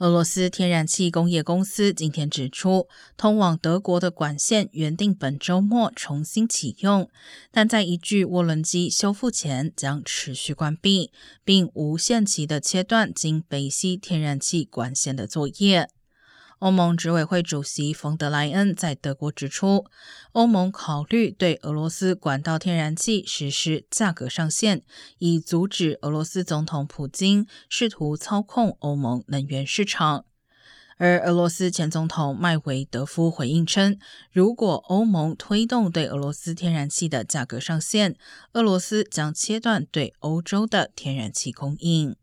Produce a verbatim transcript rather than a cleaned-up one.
俄罗斯天然气工业公司今天指出，通往德国的管线原定本周末重新启用，但在一具涡轮机修复前将持续关闭，并无限期的切断经北溪天然气管线的作业。欧盟执委会主席冯德莱恩在德国指出，欧盟考虑对俄罗斯管道天然气实施价格上限，以阻止俄罗斯总统普京试图操控欧盟能源市场。而俄罗斯前总统麦维德夫回应称，如果欧盟推动对俄罗斯天然气的价格上限，俄罗斯将切断对欧洲的天然气供应。